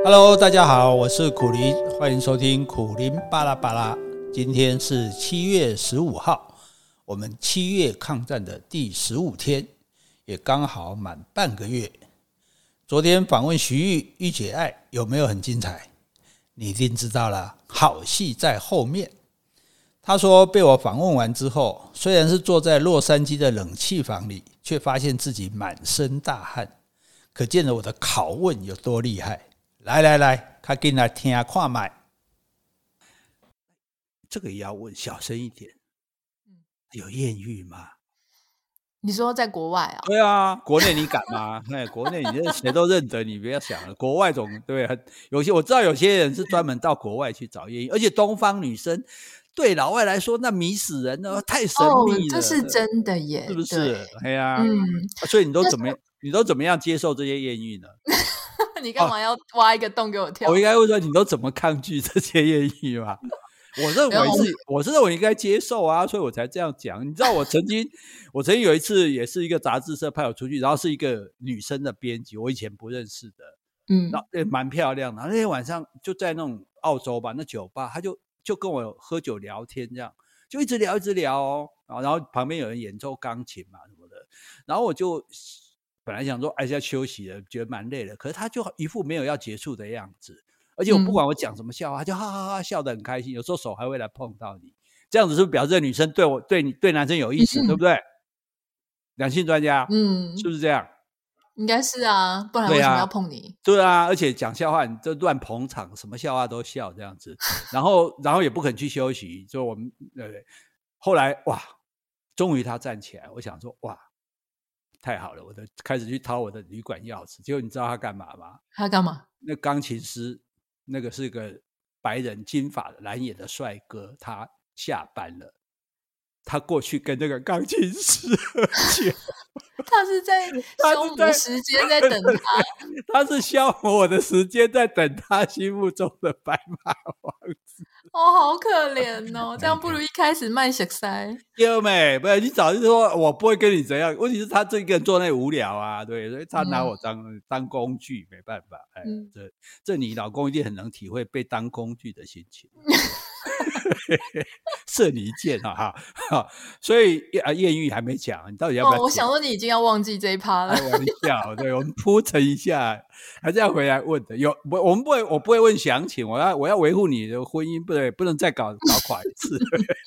Hello， 大家好，我是苦苓，欢迎收听苦苓巴拉巴拉。今天是7月15号，我们7月抗战的第15天，也刚好满半个月。昨天访问徐玉玉姐爱，有没有很精彩？你一定知道了，好戏在后面。她说被我访问完之后，虽然是坐在洛杉矶的冷气房里，却发现自己满身大汗，可见了我的拷问有多厉害。来，快进来听看麦。这个也要问，小声一点。有艳遇吗？ 你说在国外啊？ 对啊，国内你敢吗？国内你谁都认得你，不要想了。国外总对，有些我知道有些人是专门到国外去找艳遇，而且东方女生对老外来说那迷死人了，太神秘了。 这是真的耶， 是不是？哎呀，所以你都怎么样接受这些艳遇呢？ 你干嘛要挖一个洞给我跳？ 我应该会说你都怎么抗拒这些艳遇嘛？我是认为应该接受啊，所以我才这样讲。你知道我曾经有一次也是一个杂志社派我出去，然后是一个女生的编辑，我以前不认识的，那蛮漂亮的。那天晚上就在那种澳洲吧，那酒吧，她就跟我喝酒聊天，这样就一直聊哦，然后旁边有人演奏钢琴嘛什么的，然后我就本来想说还是要休息了，觉得蛮累的，可是他就一副没有要结束的样子，而且我不管我讲什么笑话，他就哈哈哈笑得很开心，有时候手还会来碰到你，这样子是不是表示女生对男生有意思，对不对？两性专家，是不是这样？ 应该是啊，不然为什么要碰你？ 对啊，而且讲笑话你就乱捧场，什么笑话都笑这样子，然后也不肯去休息，就我们后来哇，终于他站起来，我想说哇。太好了，我开始去掏我的旅馆钥匙，结果你知道他干嘛吗？ 他干嘛？ 那钢琴师，那个是个白人金发的蓝眼的帅哥，他下班了，他过去跟那个钢琴师喝酒。 他是在消磨时间，在等他。 他是消磨我的时间，在等他心目中的白马王子。 好可怜哦！这样不如一开始卖小塞。 优美，不是你早就说我不会跟你怎样，问题是他这个人坐那无聊啊，对，所以他拿我当工具，没办法。这你老公一定很能体会被当工具的心情。射你一箭哈，所以艳遇还没讲，你到底要不要讲？ 我想说你已经要忘记这一趴了。 开玩笑，对，我们铺陈一下，还是要回来问的。我不会问详情，我要维护你的婚姻，不能再搞垮一次。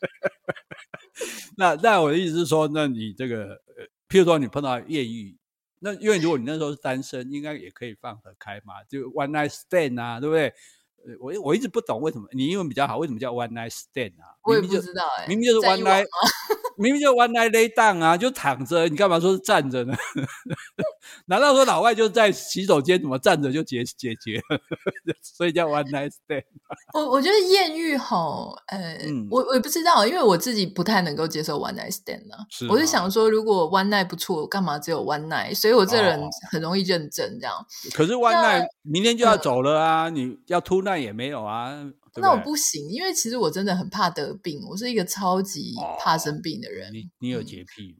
那我的意思是说，那你这个譬如说你碰到艳遇，那因为如果你那时候是单身，应该也可以放得开嘛，就 one night stand 啊，对不对？我一直不懂为什么你英文比较好，为什么叫 one night stand 啊？ 我也不知道明明就是 one night， 明明就是 one night lay down 啊，就躺着，你干嘛说是站着呢？难道说老外就在洗手间怎么站着就解决了？所以叫 one night stand。 我觉得艳遇我也不知道，因为我自己不太能够接受 one night stand 啊。我是想说，如果 one night 不错，干嘛只有 one night？ 所以我这人很容易认真这样。 可是 one night 明天就要走了啊，你要 two night 也没有啊。 那我不行，因为其实我真的很怕得病，我是一个超级怕生病的人。 你有洁癖，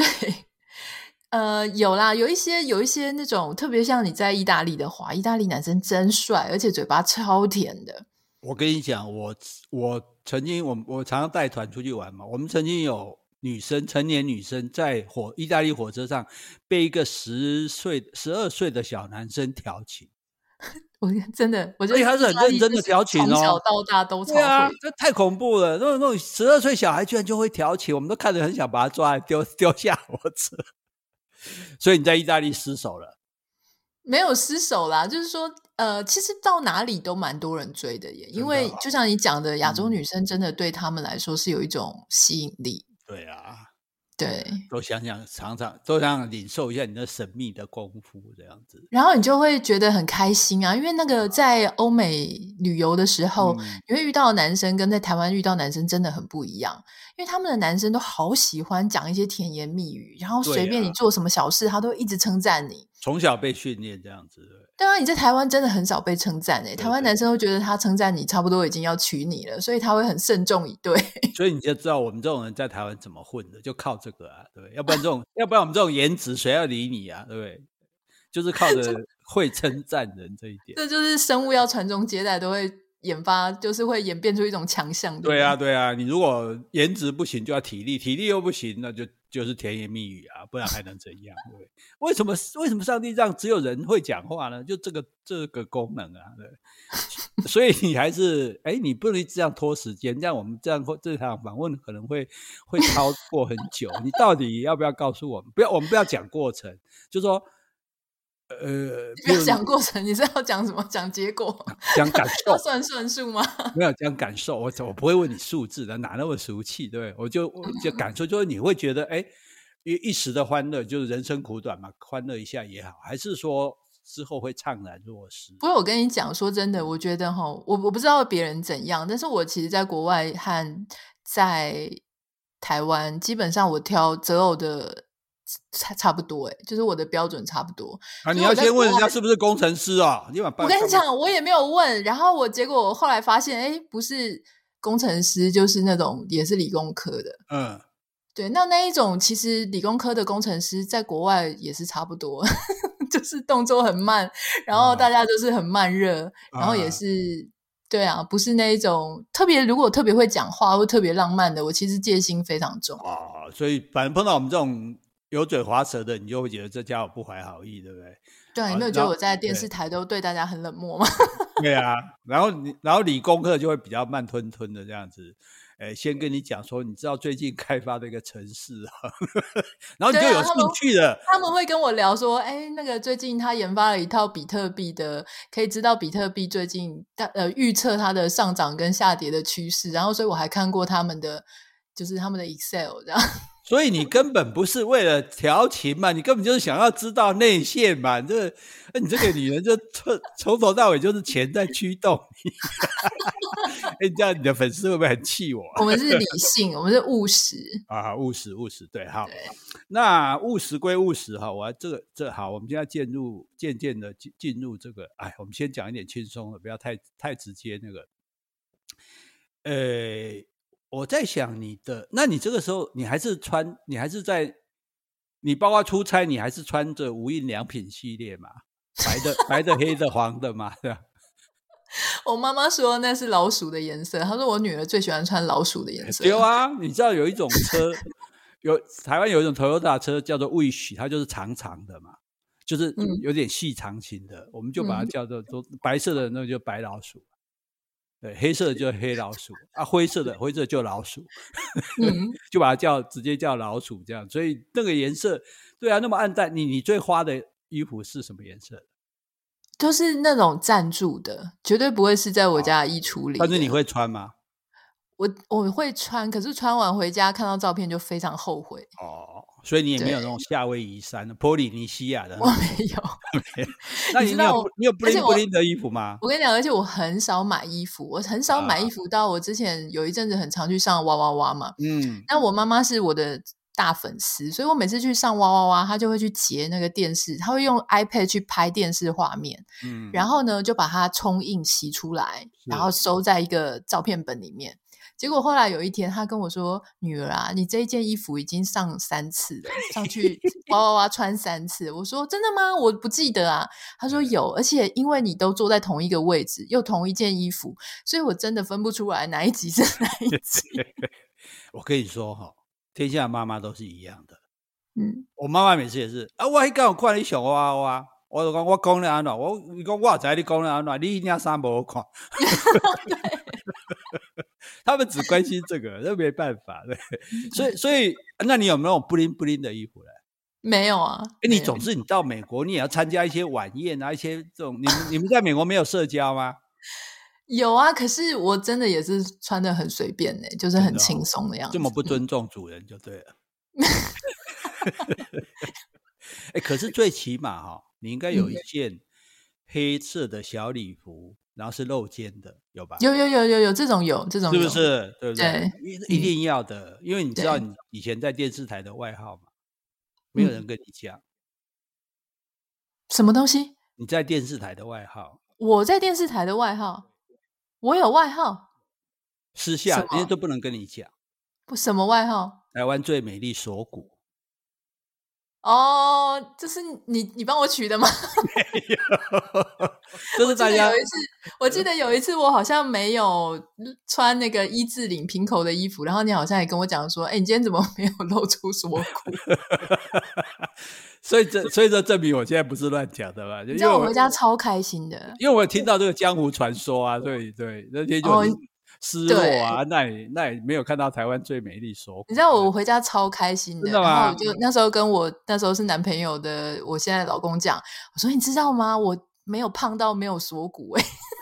对，有啦，有一些那种，特别像你在意大利的话，意大利男生真帅，而且嘴巴超甜的。我跟你讲，我曾经我常常带团出去玩嘛，我们曾经有成年女生在意大利火车上被一个12岁的小男生调情。 我真的，我觉得他是很认真的调情哦， 从小到大都超会。 对啊，这太恐怖了！那种12岁小孩居然就会调情，我们都看着很想把他抓来丢下火车。所以你在意大利失手了？ 没有失手啦，就是说，其实到哪里都蛮多人追的耶，因为就像你讲的，亚洲女生真的对他们来说是有一种吸引力。 对啊。 对， 都想领受一下你的神秘的功夫这样子， 然后你就会觉得很开心啊，因为那个在欧美旅游的时候，你会遇到的男生跟在台湾遇到男生真的很不一样，因为他们的男生都好喜欢讲一些甜言蜜语，然后随便你做什么小事，他都一直称赞你。 从小被训练这样子。 对啊，你在台湾真的很少被称赞台湾男生会觉得他称赞你差不多已经要娶你了，所以他会很慎重以对。 所以你就知道我们这种人在台湾怎么混的，就靠这个啊，对不对？要不然我们这种颜值谁要理你啊，对不对？ 就是靠着会称赞人这一点。 这就是生物要传宗接代都会研发，就是会演变出一种强项。 对啊，对啊，你如果颜值不行就要体力，体力又不行，那就是甜言蜜语啊，不然还能怎样？对，为什么上帝让只有人会讲话呢？就这个功能啊，对，所以你还是你不能这样拖时间，这样我们这场访问可能会超过很久。你到底要不要告诉我们？我们不要讲过程，就说。 不要讲过程，你是要讲什么？讲结果？ 讲感受？ 要算数吗？ 没有讲感受，我不会问你数字的，哪那么俗气，对不对？我就感受，就是你会觉得，一时的欢乐就是人生苦短嘛，欢乐一下也好，还是说之后会怅然若失？ 不过我跟你讲，说真的，我觉得我不知道别人怎样，但是我其实在国外和在台湾，基本上我挑择偶的差不多，就是我的标准差不多。 你要先问人家是不是工程师啊？ 我跟你讲，我也没有问，然后结果我后来发现，不是工程师，就是那种也是理工科的。对，那一种其实理工科的工程师在国外也是差不多，就是动作很慢，然后大家都是很慢热，然后也是对啊，不是那一种如果特别会讲话或特别浪漫的，我其实戒心非常重。 所以反正碰到我们这种油嘴滑舌的，你就会觉得这家伙不怀好意，对不对？ 对，你没有觉得我在电视台都对大家很冷漠吗？ 对啊，然后理工科就会比较慢吞吞的这样子，先跟你讲说，你知道最近开发的一个城市啊，然后你就有兴趣了。 他们会跟我聊说，那个最近他研发了一套比特币的，可以知道比特币最近预测它的上涨跟下跌的趋势，然后所以我还看过他们的 Excel 这样。 所以你根本不是为了调情嘛，你根本就是想要知道内线嘛。你这个女人就从头到尾就是钱在驱动你。这样你的粉丝会不会很气我？ 我们是理性，我们是务实啊，务实对，好。那务实归务实哈，好，我们现在渐渐的进入这个，我们先讲一点轻松的，不要太直接那个。我在想那你这个时候你还是你包括出差，你还是穿着无印良品系列嘛，白的黑的黄的嘛，对吧？ 我妈妈说那是老鼠的颜色，她说我女儿最喜欢穿老鼠的颜色。 对啊，你知道有一种车，台湾有一种 Toyota 车叫做 Wish， 它就是长长的嘛，就是有点细长型的，我们就把它叫做白色的那就白老鼠。对，黑色的就是黑老鼠啊，灰色就老鼠，就把它直接叫老鼠这样。所以那个颜色，对啊，那么暗淡。你最花的衣服是什么颜色？ 就是那种赞助的，绝对不会是在我家的衣橱里。 但是你会穿吗？ 我会穿，可是穿完回家看到照片就非常后悔。 所以你也没有那种夏威夷山的波利尼西亚的。 我没有。 那你有 bling bling 的衣服吗？ 我跟你讲，而且我很少买衣服，我很少买衣服到我之前有一阵子很常去上哇哇哇嘛。那我妈妈是我的大粉丝，所以我每次去上哇哇哇，她就会去截那个电视，她会用 iPad 去拍电视画面，然后呢就把它冲印洗出来，然后收在一个照片本里面。结果后来有一天他跟我说，女儿啊，你这一件衣服已经上3次了，上去哇哇哇穿3次。我说真的吗？我不记得啊。他说有，而且因为你都坐在同一个位置，又同一件衣服，所以我真的分不出来哪一集是哪一集。 我跟你说天下妈妈都是一样的。我妈妈每次也是我那天有看你上哇哇哇，我就说我讲了安怎，你说我知道你讲了安怎，你那衫没看。他们只关心这个，那没办法。对，所以那你有没有 bling bling 的衣服呢？ 没有啊。 你总之你到美国，你也要参加一些晚宴啊，一些这种。你们在美国没有社交吗？ 有啊，可是我真的也是穿得很随便就是很轻松的样子。 这么不尊重主人就对了。可是最起码你应该有一件黑色的小礼服，然后是露肩的，有吧？ 有这种是不是？对不对？ 对， 一定要的，因为你知道你以前在电视台的外号嘛，没有人跟你讲。 什么东西？ 你在电视台的外号？ 我在电视台的外号？我有外号？ 私下人家都不能跟你讲。 什么外号？ 台湾最美丽锁骨。 哦，这是你帮我取的吗？ 没有，就是大家我记得有一次我好像没有穿那个一字领平口的衣服，然后你好像也跟我讲说，你今天怎么没有露出锁骨？ 所以这证明我现在不是乱讲的吧？ 你知道我回家超开心的， 因为我听到这个江湖传说啊，对对，那天就很失落啊，那也没有看到台湾最美丽锁骨。 你知道我回家超开心的， 然后我就那时候跟我那时候是男朋友的我现在老公讲，我说你知道吗？我没有胖到没有锁骨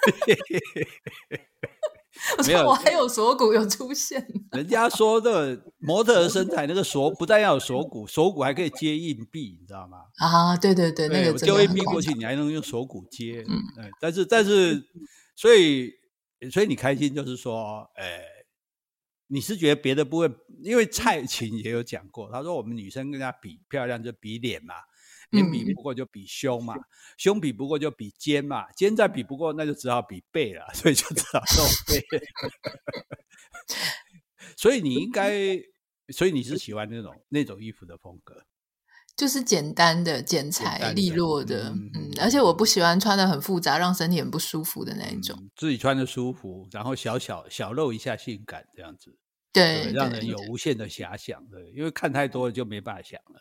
我说我还有锁骨有出现。 人家说的模特的身材那个锁不但要有锁骨，锁骨还可以接硬币，你知道吗？ 啊，对对对，那个我丢硬币过去，你还能用锁骨接。但是，所以你开心就是说，你是觉得别的部分，因为蔡琴也有讲过，她说我们女生跟她比漂亮就比脸嘛。脸比不过就比胸嘛，胸比不过就比肩嘛，肩再比不过那就只好比背了，所以就只好露背。所以你是喜欢那种衣服的风格， 就是简单的、剪裁、利落的，而且我不喜欢穿的很复杂，让身体很不舒服的那一种。 自己穿的舒服，然后小露一下性感这样子， 对， 让人有无限的遐想的，因为看太多了就没办法想了。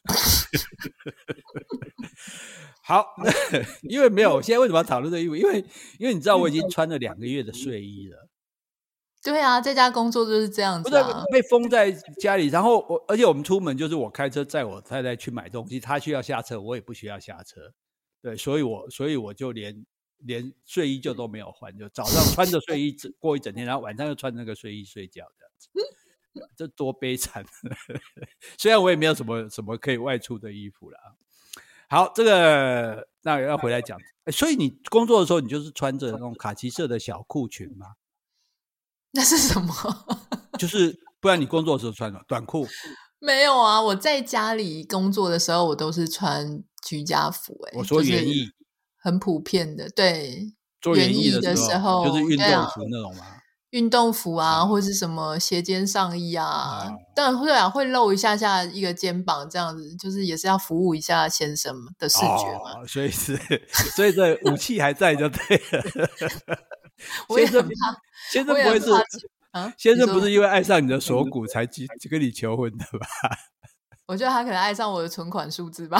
好，因为没有，现在为什么要讨论这衣服？因为你知道我已经穿了2个月的睡衣了。 对啊，在家工作就是这样子啊， 被封在家里，然后而且我们出门就是我开车载我太太去买东西，她需要下车，我也不需要下车。对，所以我就连睡衣就都没有换，就早上穿着睡衣过一整天，然后晚上又穿那个睡衣睡觉这样子，这多悲惨！虽然我也没有什么可以外出的衣服了。好，这个那要回来讲，所以你工作的时候，你就是穿着那种卡其色的小裤裙吗？ 那是什么？ 就是不然你工作的时候穿什么？短裤？ 没有啊，我在家里工作的时候，我都是穿居家服。 我说园艺， 就是很普遍的，对。 做园艺的时候就是运动服那种吗？ 运动服啊，或是什么斜肩上衣啊，但会露一下一个肩膀，这样子就是也是要服务一下先生的视觉嘛。 所以这武器还在就对了。 我也很怕， 先生不会是先生不是因为爱上你的锁骨才跟你求婚的吧？ 我觉得他可能爱上我的存款数字吧。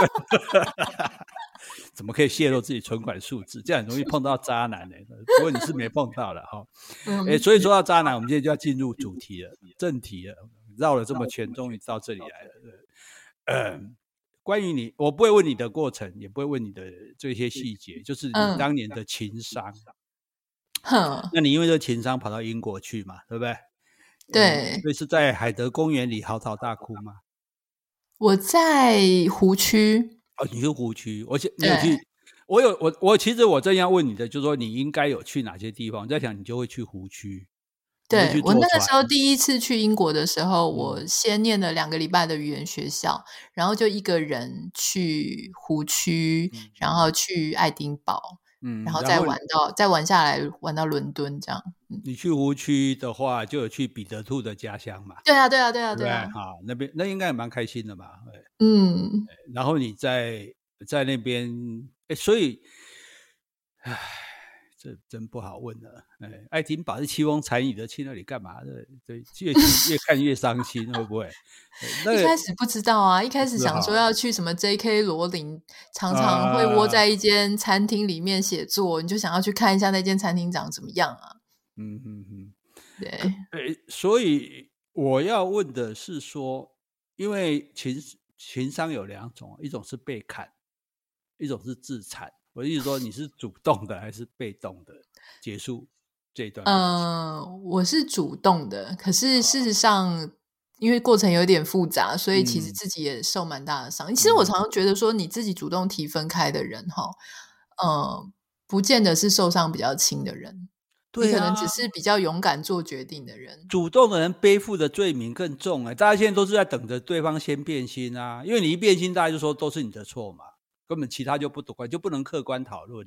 怎么可以泄露自己存款数字？这样很容易碰到渣男呢。不过你是没碰到了哈。所以说到渣男，我们今天就要进入主题了，正题了。绕了这么圈，终于到这里来了。关于你，我不会问你的过程，也不会问你的这些细节，就是你当年的情伤。那你因为这情伤跑到英国去嘛，对不对？ 对。 所以是在海德公园里嚎啕大哭吗？ 我在湖区。 你去湖区，你有去？我其实我正要问你的，就是说你应该有去哪些地方？我在想你就会去湖区。 对，我那个时候第一次去英国的时候，我先念了2个礼拜的语言学校，然后就一个人去湖区，然后去爱丁堡，然后再玩下来，玩到伦敦这样。 你去湖区的话，就有去彼得兔的家乡嘛？ 对啊。 好，那边那应该也蛮开心的嘛。然后你在那边，所以，这真不好问了。爱丁堡是凄风惨雨的，去那里干嘛的？对，越看越伤心，会不会？ 一开始不知道啊，一开始想说要去什么 J.K. 罗琳，常常会窝在一间餐厅里面写作，你就想要去看一下那间餐厅长怎么样啊？ 对。所以我要问的是说，因为情伤有2种，一种是被砍，一种是自残。我的意思说，你是主动的还是被动的结束这一段？ 我是主动的，可是事实上，因为过程有点复杂，所以其实自己也受蛮大的伤。其实我常常觉得说，你自己主动提分开的人，不见得是受伤比较轻的人。对啊，你可能只是比较勇敢做决定的人。 主动的人背负的罪名更重。大家现在都是在等着对方先变心啊，因为你一变心，大家就说都是你的错嘛。根本其他就不管，就不能客观讨论了，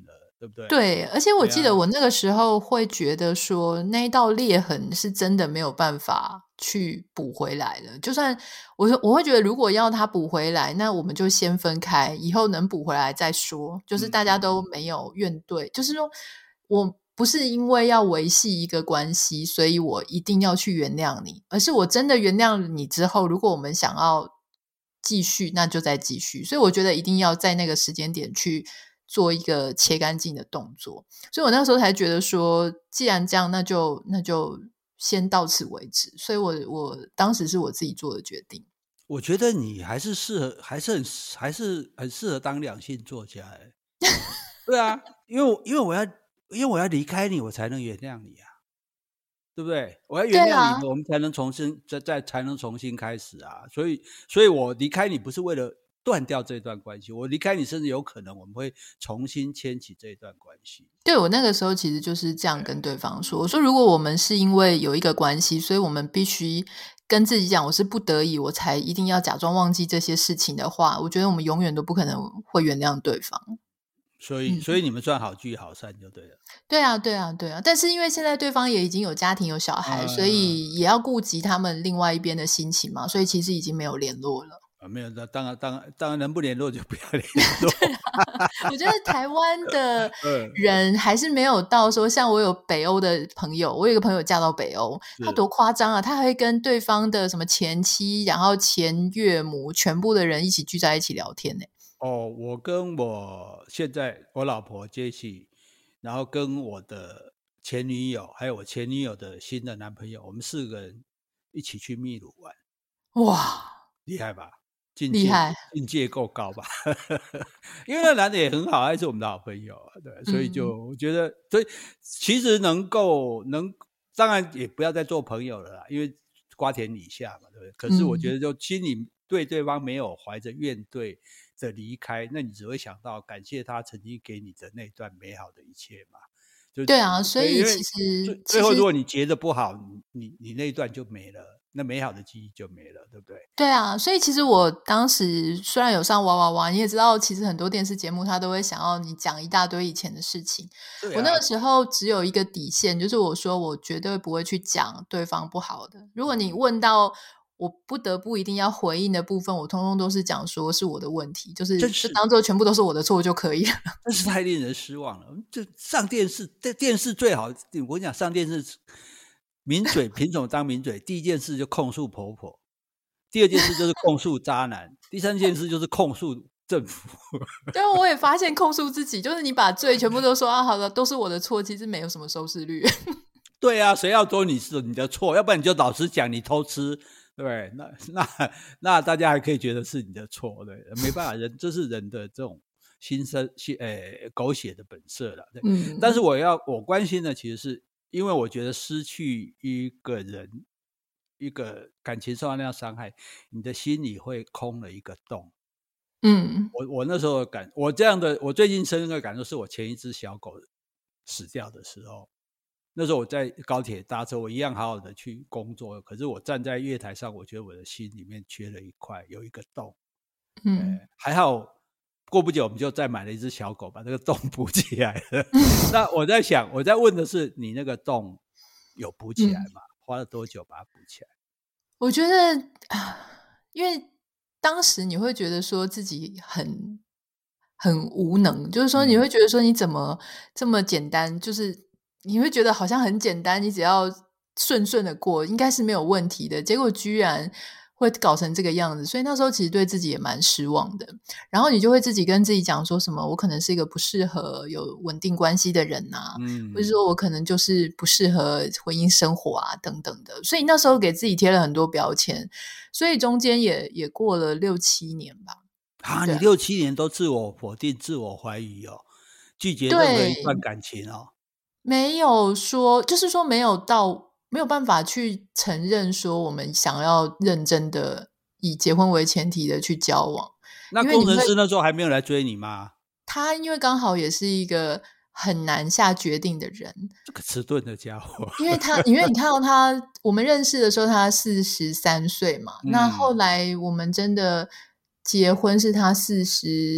对不对？ 对，而且我记得我那个时候会觉得说，那一道裂痕是真的没有办法去补回来的。就算我会觉得，如果要它补回来，那我们就先分开，以后能补回来再说。就是大家都没有怨怼，就是说我不是因为要维系一个关系，所以我一定要去原谅你，而是我真的原谅你之后，如果我们想要继续，那就再继续。所以我觉得一定要在那个时间点去做一个切干净的动作。所以我那时候才觉得说，既然这样，那就先到此为止。所以我当时是我自己做的决定。 我觉得你还是很适合当两性作家欸。对啊，因为我要离开你，我才能原谅你啊，对不对？我要原谅你，我们才能重新开始啊。所以我离开你不是为了断掉这段关系，我离开你甚至有可能我们会重新牵起这段关系。 对，我那个时候其实就是这样跟对方说，我说如果我们是因为有一个关系，所以我们必须跟自己讲我是不得已我才一定要假装忘记这些事情的话，我觉得我们永远都不可能会原谅对方。 所以你们算好聚好散就对了。 对啊，对啊，对啊。但是因为现在对方也已经有家庭有小孩，所以也要顾及他们另外一边的心情嘛，所以其实已经没有联络了。 没有，那当然能不联络就不要联络。 我觉得台湾的人还是没有到说，像我有北欧的朋友，我有一个朋友嫁到北欧，他多夸张啊！他还会跟对方的什么前妻，然后前岳母，全部的人一起聚在一起聊天呢。 我跟现在我老婆杰西，然后跟我的前女友，还有我前女友的新的男朋友，我们4个人一起去秘鲁玩。 哇， 厉害吧？ 厉害， 境界够高吧？因为那男的也很好，还是我们的好朋友，对，所以我觉得，所以其实当然也不要再做朋友了啦，因为瓜田李下嘛，对不对？可是我觉得，就心里对对方没有怀着怨怼的离开，那你只会想到感谢他曾经给你的那段美好的一切嘛。 对啊，所以其实最后如果你结得不好，你那一段就没了，那美好的记忆就没了，对不对？ 对啊，所以其实我当时虽然有上哇哇哇，你也知道，其实很多电视节目他都会想要你讲一大堆以前的事情。我那个时候只有一个底线，就是我说我绝对不会去讲对方不好的。如果你问到我不得不一定要回应的部分，我通通都是讲说是我的问题，就当做全部都是我的错就可以了。 真是太令人失望了。就上电视最好，我跟你讲，上电视名嘴凭什么当名嘴？第一件事就控诉婆婆，第二件事就是控诉渣男，第三件事就是控诉政府。 对，我也发现控诉自己，就是你把罪全部都说好了，都是我的错，其实没有什么收视率。 对啊，谁要说你是你的错？要不然你就老实讲，你偷吃。对，那大家还可以觉得是你的错，对，没办法，这是人的这种狗血的本色了。对，但是我关心的其实是，因为我觉得失去一个人，一个感情受到那样伤害，你的心里会空了一个洞。我那时候我最近深刻的感受是我前一只小狗死掉的时候。那时候我在高铁搭车，我一样好好的去工作，可是我站在月台上，我觉得我的心里面缺了一块，有一个洞。还好过不久我们就再买了一只小狗，把这个洞补起来了。那我在问的是，你那个洞有补起来吗？花了多久把它补起来？ 我觉得因为当时你会觉得说自己很无能，就是说你会觉得说你怎么这么简单，就是你会觉得好像很简单，你只要顺的过应该是没有问题的，结果居然会搞成这个样子，所以那时候其实对自己也蛮失望的。然后你就会自己跟自己讲说什么我可能是一个不适合有稳定关系的人啊，或者说我可能就是不适合婚姻生活啊等等的，所以那时候给自己贴了很多标签，所以中间也过了6-7年吧。 你6-7年都自我否定自我怀疑哦，拒绝任何一段感情哦。 没有说，就是说没有办法去承认说我们想要认真的以结婚为前提的去交往。 那工程师那时候还没有来追你吗？ 他因为刚好也是一个很难下决定的人， 这个迟钝的家伙。 因为你看到他，我们认识的时候他43岁嘛，那后来我们真的结婚是他48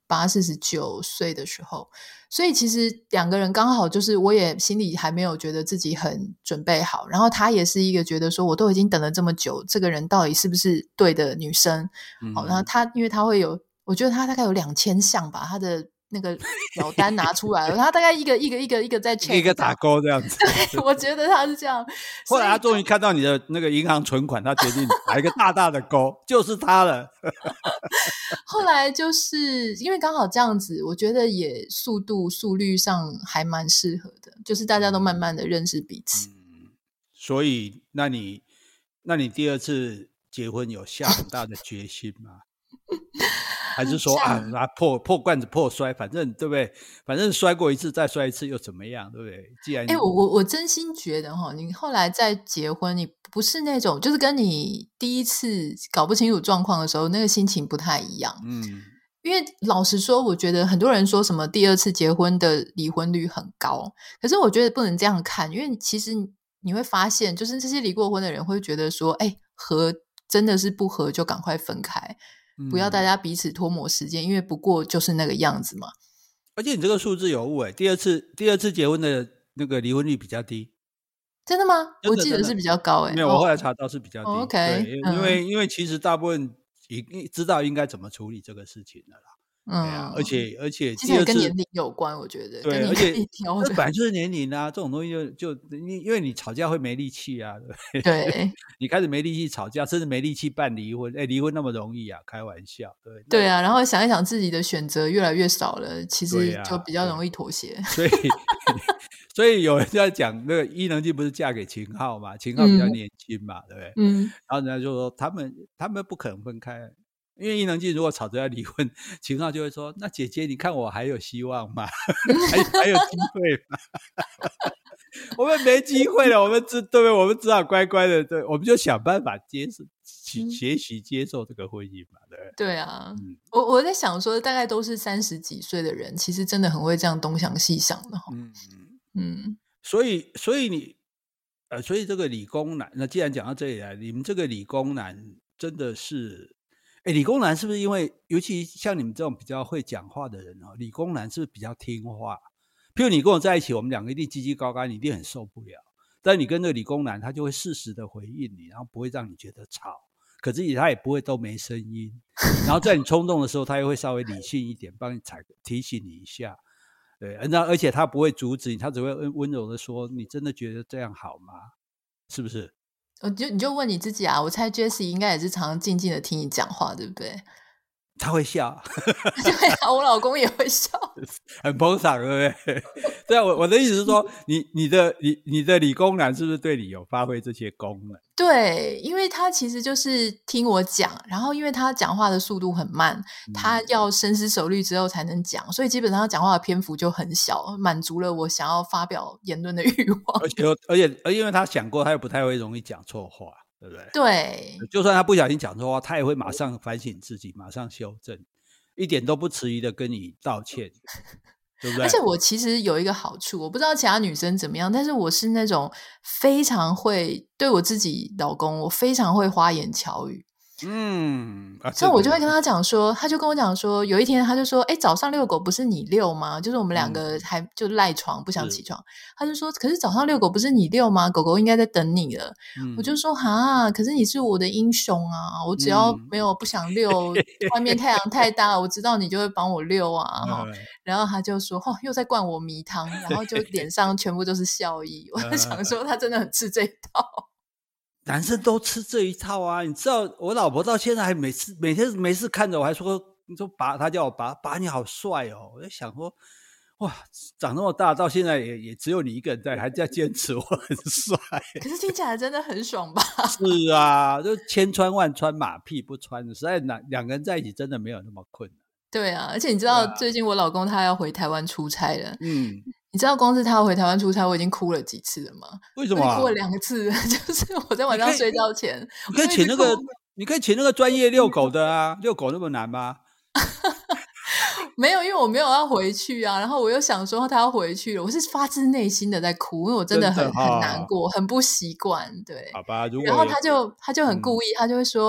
48、49岁的时候，所以其实两个人刚好就是我也心里还没有觉得自己很准备好，然后他也是一个觉得说我都已经等了这么久，这个人到底是不是对的女生。好，然后他因为他会有，我觉得他大概有2000项吧，他的那个表单拿出来了，他大概一个在 check， 一个打勾这样子。 对，我觉得他是这样。 后来他终于看到你的那个银行存款，他决定打一个大大的勾，就是他了。 后来就是因为刚好这样子，我觉得也速率上还蛮适合的，就是大家都慢慢的认识彼此。 所以那你第二次结婚有下很大的决心吗？还是说拿破罐子破摔，反正对不对？反正摔过一次再摔一次又怎么样，对不对？既然我真心觉得你后来再结婚，你不是那种就是跟你第一次搞不清楚状况的时候那个心情不太一样。因为老实说，我觉得很多人说什么第二次结婚的离婚率很高，可是我觉得不能这样看，因为其实你会发现，就是这些离过婚的人会觉得说，合真的是不合就赶快分开。不要大家彼此拖磨时间，因为不过就是那个样子嘛。 而且你这个数字有误第二次结婚的那个离婚率比较低。 真的吗？我记得是比较高没有，我后来查到是比较低。 OK， 对，因为其实大部分知道应该怎么处理这个事情的啦。而且其实也跟年龄有关，我觉得。 对，而且这本来就是年龄啊，这种东西就因为你吵架会没力气啊，对不对？ 对， 你开始没力气吵架，甚至没力气办离婚，离婚那么容易啊？开玩笑，对。 对啊，然后想一想自己的选择越来越少了，其实就比较容易妥协。 所以有人在讲那个伊能静不是嫁给秦昊嘛？秦昊比较年轻嘛，对不对？然后人家就说他们不可能分开。因为伊能静如果吵着要离婚，秦昊就会说：“那姐姐，你看我还有希望吗？还有机会吗？”我们没机会了，我们只好乖乖的，对，我们就想办法学习接受这个婚姻嘛，对不对？ 对啊，我在想说，大概都是30几岁的人，其实真的很会这样东想西想的。 所以这个理工男，那既然讲到这里来，你们这个理工男真的是。理工男是不是因为尤其像你们这种比较会讲话的人理工男是不是比较听话？譬如你跟我在一起，我们两个一定叽叽高高，你一定很受不了。但你跟这个理工男，他就会适时的回应你，然后不会让你觉得吵，可是他也不会都没声音。然后在你冲动的时候，他又会稍微理性一点，帮你提醒你一下。对，而且他不会阻止你，他只会温柔的说：“你真的觉得这样好吗？”是不是？ 你就问你自己啊，我猜 Jessie 应该也是常常静静的听你讲话，对不对？ 他会笑。 对啊，我老公也会笑。 很捧场，对不对？对啊，我的意思是说，你的理工男是不是对你有发挥这些功能？ 对，因为他其实就是听我讲，然后因为他讲话的速度很慢，他要深思熟虑之后才能讲，所以基本上他讲话的篇幅就很小，满足了我想要发表言论的欲望。 而且因为他想过，他又不太会容易讲错话，对不对？ 对， 就算他不小心讲错话，他也会马上反省自己，马上修正，一点都不迟疑的跟你道歉。对不对？ 而且我其实有一个好处，我不知道其他女生怎么样，但是我是那种非常会对我自己老公，我非常会花言巧语。所以我就会跟他讲说，他就跟我讲说，有一天他就说，早上遛狗不是你遛吗？就是我们两个还就赖床不想起床，他就说，可是早上遛狗不是你遛吗？狗狗应该在等你了。我就说哈，可是你是我的英雄啊，我只要没有不想遛，外面太阳太大，我知道你就会帮我遛啊。然后他就说，又在灌我迷汤，然后就脸上全部都是笑意。我就想说，他真的很吃这一套。 男生都吃这一套啊！你知道我老婆到现在还每天没事看着我，还说他叫我爸你好帅哦！我在想说，哇，长那么大到现在也只有你一个人在，还在坚持我很帅。 可是听起来真的很爽吧？ 是啊，就千穿万穿马屁不穿的，实在两个人在一起真的没有那么困难。 对啊，而且你知道最近我老公他要回台湾出差了。你知道光是他要回台湾出差我已经哭了几次了吗？ 为什么？ 哭了2次，就是我在晚上睡觉前你可以请那个专业遛狗的啊。遛狗那么难吗？ 没有，因为我没有要回去啊，然后我又想说他要回去了，我是发自内心的在哭，因为我真的很难过，很不习惯。对， 好吧。 然后他就很故意，他就会说，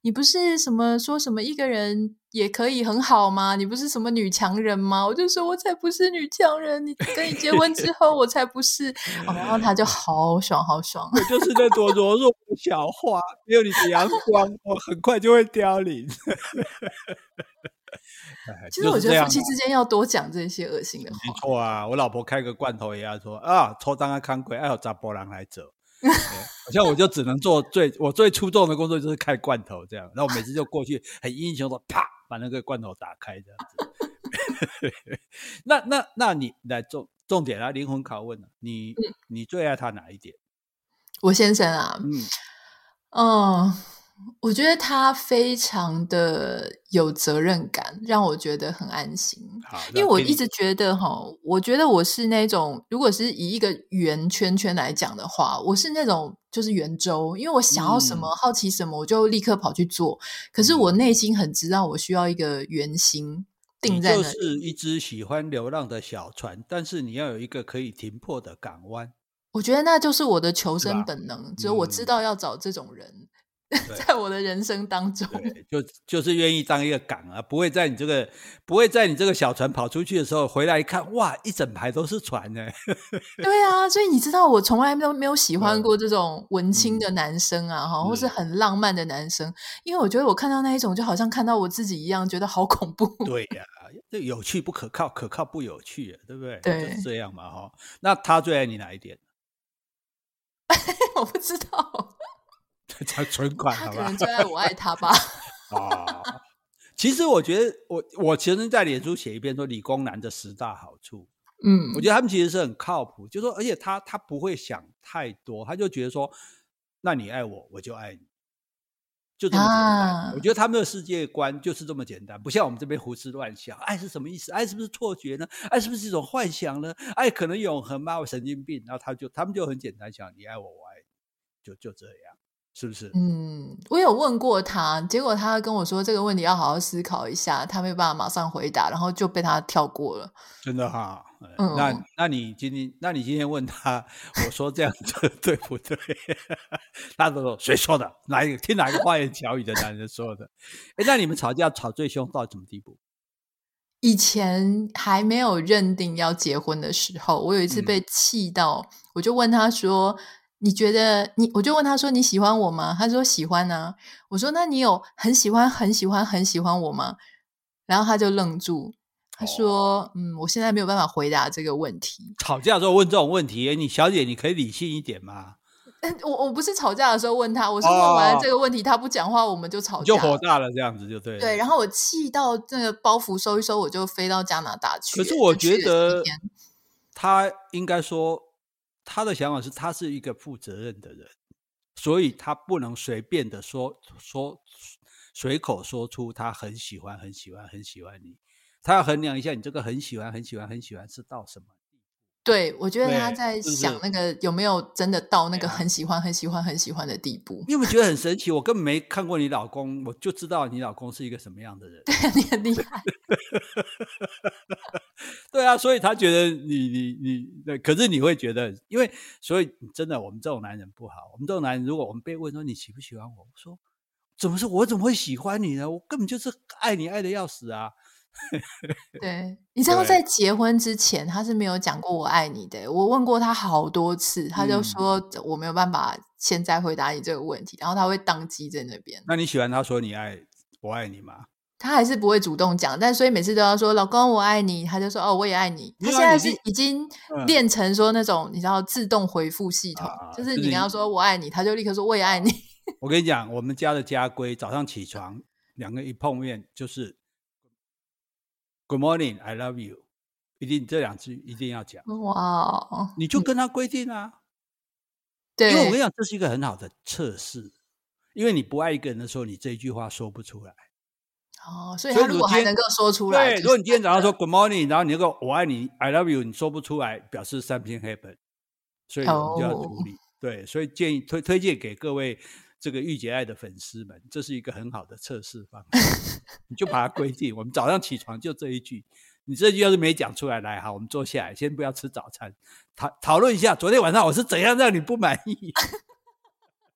你不是什么说什么一个人也可以很好吗？你不是什么女强人吗？我就说我才不是女强人，你跟你结婚之后我才不是。然后他就好爽好爽。 我就是那朵柔弱的小花，没有你的阳光，我很快就会凋零。 其实我觉得夫妻之间要多讲这些恶心的话。 没错啊，我老婆开个罐头也要说抽当康亏，有查甫人来走。好像我就只能做我最出众的工作就是开罐头这样，然后我每次就过去很英雄的啪把那个罐头打开这样子。那你来重点啊，灵魂拷问啊，你最爱他哪一点？ 我先生啊，我觉得他非常的有责任感，让我觉得很安心。因为我一直觉得我觉得我是那种，如果是以一个圆圈圈来讲的话，我是那种就是圆周，因为我想要什么，好奇什么，我就立刻跑去做。可是我内心很知道，我需要一个圆心定在那里。 你就是一只喜欢流浪的小船，但是你要有一个可以停泊的港湾。 我觉得那就是我的求生本能，只有我知道要找这种人。在我的人生当中， 就是愿意当一个港啊，不会在你这个小船跑出去的时候回来一看，哇，一整排都是船呢。 对啊，所以你知道我从来都没有喜欢过这种文青的男生啊，或是很浪漫的男生，因为我觉得我看到那一种就好像看到我自己一样，觉得好恐怖。 对呀，这有趣不可靠，可靠不有趣，对不对？ 对， 就是这样嘛。那他最爱你哪一点？ 我不知道。 存款好吧， 他可能最爱我爱他吧。 其实我觉得我其实在脸书写一篇说理工男的10大好处。我觉得他们其实是很靠谱，就说而且他不会想太多，他就觉得说，那你爱我，我就爱你，就这么简单。我觉得他们的世界观就是这么简单，不像我们这边胡思乱想，爱是什么意思？爱是不是错觉呢？爱是不是一种幻想呢？爱可能永恒吗？我神经病。然后他们就很简单想，你爱我，我爱你，就这样。是不是？ 我有问过他，结果他跟我说这个问题要好好思考一下，他没有办法马上回答，然后就被他跳过了。 真的哈？那你今天问他，我说这样子对不对？他说谁说的？听哪个花言巧语的男人说的？那你们吵架吵最凶到什么地步？ 以前还没有认定要结婚的时候，我有一次被气到，我就问他说。我就问他说你喜欢我吗？他说喜欢啊。我说那你有很喜欢很喜欢很喜欢我吗？然后他就愣住，他说我现在没有办法回答这个问题。 吵架的时候问这种问题，你小姐你可以理性一点吗？ 我不是吵架的时候问他，我是问完了这个问题他不讲话，我们就吵架， 就火大了，这样子就对了。 对，然后我气到这个包袱收一收，我就飞到加拿大去。 可是我觉得他应该说他的想法是他是一个负责任的人，所以他不能随便的随口说出他很喜欢很喜欢很喜欢你，他要衡量一下你这个很喜欢很喜欢很喜欢是到什么地步。 对，我觉得他在想那个有没有真的到那个很喜欢很喜欢很喜欢的地步。 你有没有觉得很神奇？我根本没看过你老公，我就知道你老公是一个什么样的人。 对，你很厉害。 对啊，所以他觉得你可是你会觉得，所以真的我们这种男人不好。我们这种男人，如果我们被问说你喜不喜欢我，我说我怎么会喜欢你呢？我根本就是爱你爱得要死啊。 对，你知道在结婚之前他是没有讲过我爱你的。我问过他好多次，他就说我没有办法现在回答你这个问题，然后他会当机在那边。 那你喜欢他说我爱你吗？ 他还是不会主动讲，但所以每次都要说老公我爱你，他就说我也爱你。他现在是已经练成说那种你知道自动回复系统，就是你跟他说我爱你，他就立刻说我也爱你。 我跟你讲，我们家的家规，早上起床两个一碰面就是 Good morning, I love you， 一定这2句一定要讲。 哇， 你就跟他规定啊。 对， 因为我跟你讲，这是一个很好的测试。因为你不爱一个人的时候，你这一句话说不出来。 所以他如果还能够说出来， 对，如果你今天早上说 Good morning， 然后你那个我爱你 I love you， 你说不出来，表示 something happened， 所以我们就要处理。对，所以建议推荐给各位这个御姐爱的粉丝们，这是一个很好的测试方式。你就把它规定，我们早上起床就这一句，你这句要是没讲出来，来好，我们坐下来，先不要吃早餐，讨论一下昨天晚上我是怎样让你不满意。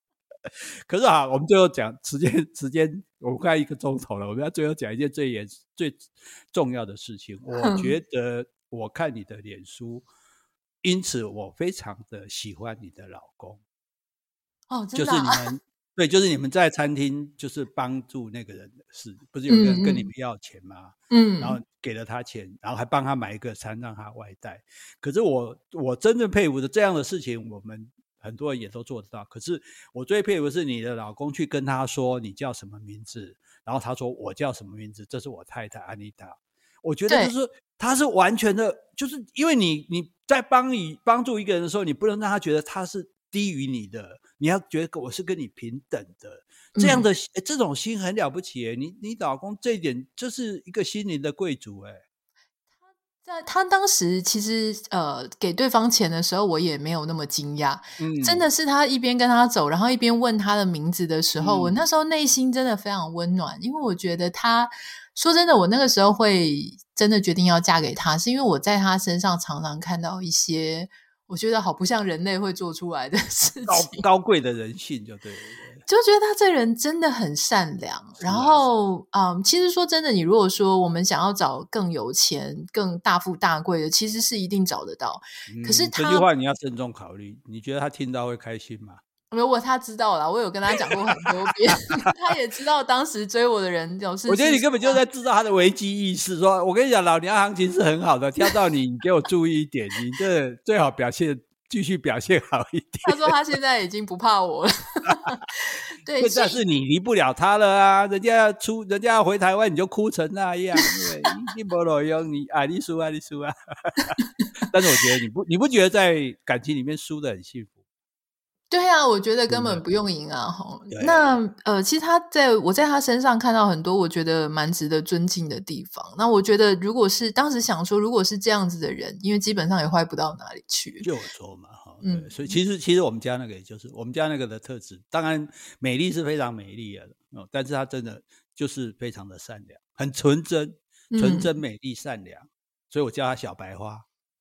可是我们最后讲时间，我们快1个钟头了，我们要最后讲一件最重要的事情。我觉得我看你的脸书，因此我非常的喜欢你的老公。 哦，真的就是你们对，就是你们在餐厅就是帮助那个人的事，不是有个人跟你们要钱吗？然后给了他钱，然后还帮他买一个餐让他外带。可是我真正佩服的这样的事情，我们很多人也都做得到。可是我最佩服的是你的老公去跟他说你叫什么名字，然后他说我叫什么名字，这是我太太安妮塔。我觉得就是他是完全的，就是因为你在帮助一个人的时候，你不能让他觉得他是低于你的，你要觉得我是跟你平等的，这样的这种心很了不起耶。你老公这一点就是一个心灵的贵族哎。 他当时其实给对方钱的时候，我也没有那么惊讶。真的是他一边跟他走，然后一边问他的名字的时候，我那时候内心真的非常温暖，因为我觉得他说真的，我那个时候会真的决定要嫁给他，是因为我在他身上常常看到一些我觉得好不像人类会做出来的事情， 高贵的人性就对了。 就觉得他这人真的很善良。然后其实说真的，你如果说我们想要找更有钱更大富大贵的，其实是一定找得到。可是这句话你要慎重考虑，你觉得他听到会开心吗？ 如果他知道了，我有跟他讲过很多遍他也知道当时追我的人我觉得你根本就在制造他的危机意识，说我跟你讲老娘行情是很好的，挑到你给我注意一点，你这最好继续表现好一点。 他说他现在已经不怕我了对， 但是你离不了他了啊，人家要回台湾你就哭成那样，你没路用，你输啊但是我觉得你不觉得在感情里面输得很幸福？ 对啊，我觉得根本不用赢啊。那其实我在他身上看到很多我觉得蛮值得尊敬的地方。那我觉得如果是当时想说，如果是这样子的人，因为基本上也坏不到哪里去。 就我说嘛，所以其实我们家那个也就是我们家那个的特质，当然美丽是非常美丽的，但是她真的就是非常的善良，很纯真美丽善良，所以我叫她小白花。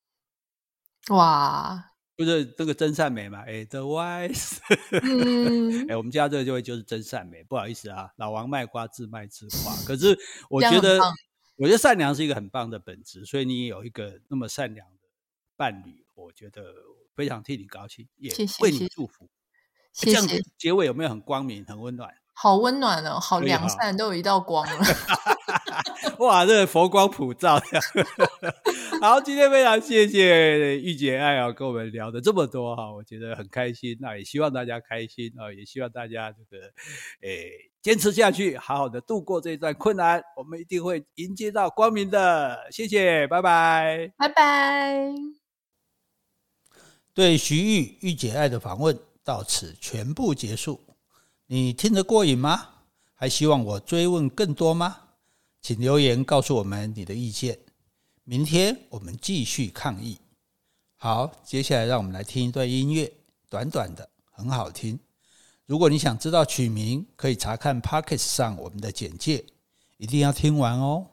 哇， 不是这个真善美嘛？Otherwise，我们家这个就是真善美。不好意思啊，老王卖瓜自卖自夸。可是我觉得善良是一个很棒的本质，所以你也有一个那么善良的伴侣，我觉得非常替你高兴，也为你祝福。 谢谢。 这样结尾有没有很光明、很温暖？ 好温暖哦，好良善，都有一道光了。 哇，这个佛光普照。好，今天非常谢谢玉姐爱跟我们聊的这么多我觉得很开心。那也希望大家开心也希望大家这个坚持下去，好好的度过这段困难，我们一定会迎接到光明的。谢谢，拜拜， 拜拜。 对徐玉姐爱的访问到此全部结束。你听得过瘾吗？还希望我追问更多吗？请留言告诉我们你的意见。明天我们继续抗议。好，接下来让我们来听一段音乐，短短的，很好听。如果你想知道曲名，可以查看 Podcast 上我们的简介，一定要听完哦。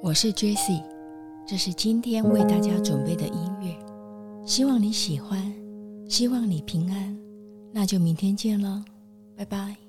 我是 Jessie， 这是今天为大家准备的音乐，希望你喜欢，希望你平安，那就明天见了，拜拜。